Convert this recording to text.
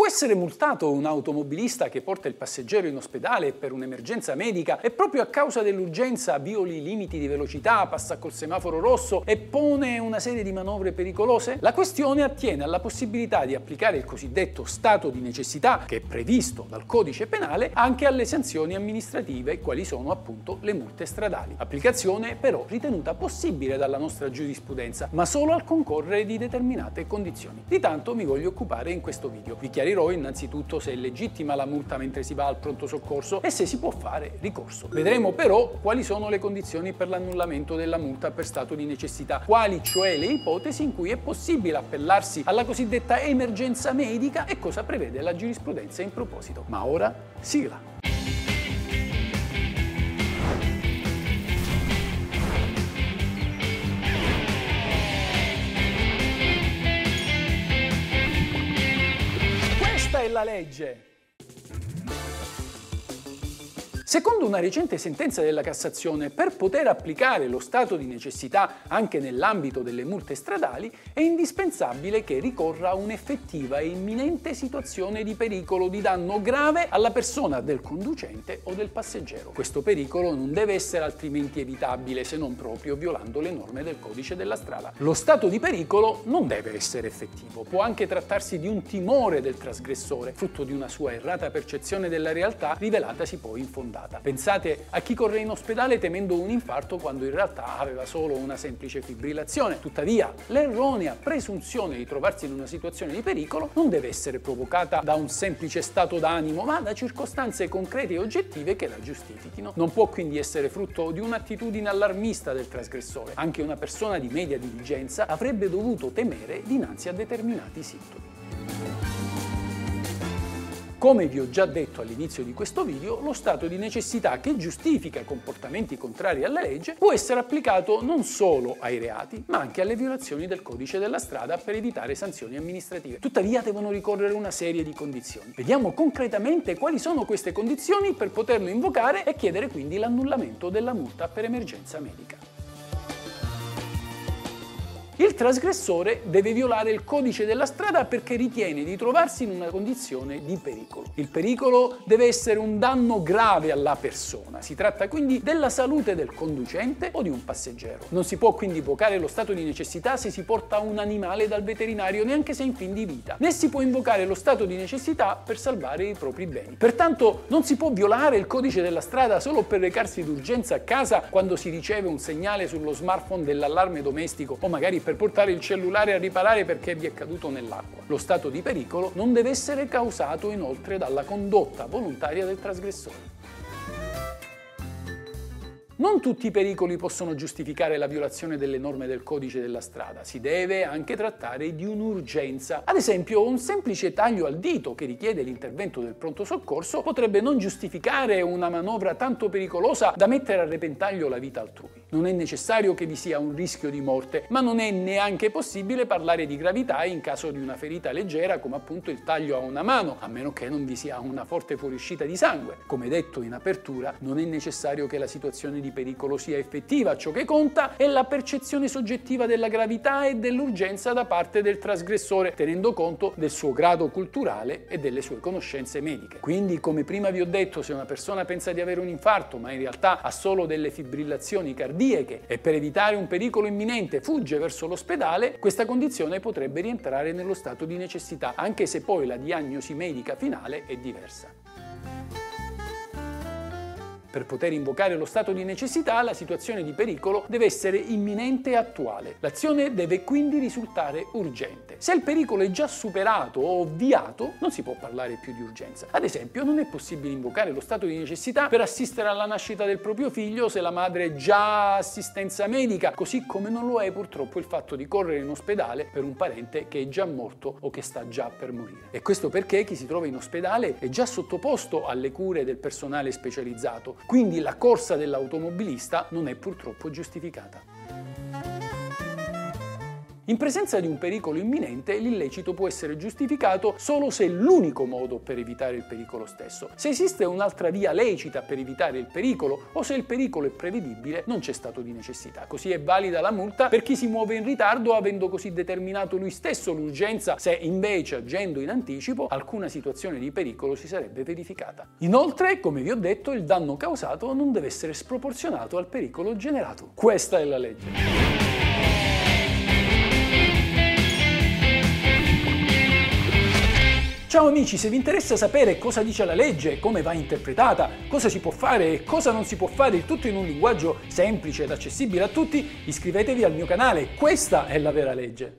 Può essere multato un automobilista che porta il passeggero in ospedale per un'emergenza medica e proprio a causa dell'urgenza violi i limiti di velocità, passa col semaforo rosso e pone una serie di manovre pericolose? La questione attiene alla possibilità di applicare il cosiddetto stato di necessità, che è previsto dal codice penale, anche alle sanzioni amministrative, quali sono appunto le multe stradali. Applicazione però ritenuta possibile dalla nostra giurisprudenza, ma solo al concorrere di determinate condizioni. Di tanto mi voglio occupare in questo video. Vi chiarirò innanzitutto se è legittima la multa mentre si va al pronto soccorso e se si può fare ricorso. Vedremo però quali sono le condizioni per l'annullamento della multa per stato di necessità, quali cioè le ipotesi in cui è possibile appellarsi alla cosiddetta emergenza medica e cosa prevede la giurisprudenza in proposito. Ma ora, sigla! Questa è la legge! Secondo una recente sentenza della Cassazione, per poter applicare lo stato di necessità anche nell'ambito delle multe stradali, è indispensabile che ricorra un'effettiva e imminente situazione di pericolo di danno grave alla persona del conducente o del passeggero. Questo pericolo non deve essere altrimenti evitabile, se non proprio violando le norme del codice della strada. Lo stato di pericolo non deve essere effettivo, può anche trattarsi di un timore del trasgressore, frutto di una sua errata percezione della realtà rivelatasi poi infondata. Pensate a chi corre in ospedale temendo un infarto quando in realtà aveva solo una semplice fibrillazione. Tuttavia, l'erronea presunzione di trovarsi in una situazione di pericolo non deve essere provocata da un semplice stato d'animo, ma da circostanze concrete e oggettive che la giustifichino. Non può quindi essere frutto di un'attitudine allarmista del trasgressore. Anche una persona di media diligenza avrebbe dovuto temere dinanzi a determinati sintomi. Come vi ho già detto all'inizio di questo video, lo stato di necessità che giustifica comportamenti contrari alla legge può essere applicato non solo ai reati, ma anche alle violazioni del codice della strada per evitare sanzioni amministrative. Tuttavia devono ricorrere una serie di condizioni. Vediamo concretamente quali sono queste condizioni per poterlo invocare e chiedere quindi l'annullamento della multa per emergenza medica. Il trasgressore deve violare il codice della strada perché ritiene di trovarsi in una condizione di pericolo. Il pericolo deve essere un danno grave alla persona. Si tratta quindi della salute del conducente o di un passeggero. Non si può quindi invocare lo stato di necessità se si porta un animale dal veterinario, neanche se in fin di vita, né si può invocare lo stato di necessità per salvare i propri beni. Pertanto non si può violare il codice della strada solo per recarsi d'urgenza a casa quando si riceve un segnale sullo smartphone dell'allarme domestico o magari per portare il cellulare a riparare perché vi è caduto nell'acqua. Lo stato di pericolo non deve essere causato inoltre dalla condotta volontaria del trasgressore. Non tutti i pericoli possono giustificare la violazione delle norme del codice della strada, si deve anche trattare di un'urgenza. Ad esempio, un semplice taglio al dito che richiede l'intervento del pronto soccorso potrebbe non giustificare una manovra tanto pericolosa da mettere a repentaglio la vita altrui. Non è necessario che vi sia un rischio di morte, ma non è neanche possibile parlare di gravità in caso di una ferita leggera come appunto il taglio a una mano, a meno che non vi sia una forte fuoriuscita di sangue. Come detto in apertura, non è necessario che la situazione di pericolo sia effettiva, ciò che conta è la percezione soggettiva della gravità e dell'urgenza da parte del trasgressore, tenendo conto del suo grado culturale e delle sue conoscenze mediche. Quindi, come prima vi ho detto, se una persona pensa di avere un infarto, ma in realtà ha solo delle fibrillazioni cardiache e per evitare un pericolo imminente fugge verso l'ospedale, questa condizione potrebbe rientrare nello stato di necessità, anche se poi la diagnosi medica finale è diversa. Per poter invocare lo stato di necessità, la situazione di pericolo deve essere imminente e attuale. L'azione deve quindi risultare urgente. Se il pericolo è già superato o ovviato, non si può parlare più di urgenza. Ad esempio, non è possibile invocare lo stato di necessità per assistere alla nascita del proprio figlio se la madre è già assistenza medica, così come non lo è purtroppo il fatto di correre in ospedale per un parente che è già morto o che sta già per morire. E questo perché chi si trova in ospedale è già sottoposto alle cure del personale specializzato. Quindi la corsa dell'automobilista non è purtroppo giustificata. In presenza di un pericolo imminente, l'illecito può essere giustificato solo se è l'unico modo per evitare il pericolo stesso. Se esiste un'altra via lecita per evitare il pericolo o se il pericolo è prevedibile, non c'è stato di necessità. Così è valida la multa per chi si muove in ritardo avendo così determinato lui stesso l'urgenza, se invece agendo in anticipo alcuna situazione di pericolo si sarebbe verificata. Inoltre, come vi ho detto, il danno causato non deve essere sproporzionato al pericolo generato. Questa è la legge. Ciao amici, se vi interessa sapere cosa dice la legge, come va interpretata, cosa si può fare e cosa non si può fare, il tutto in un linguaggio semplice ed accessibile a tutti, iscrivetevi al mio canale. Questa è la vera legge.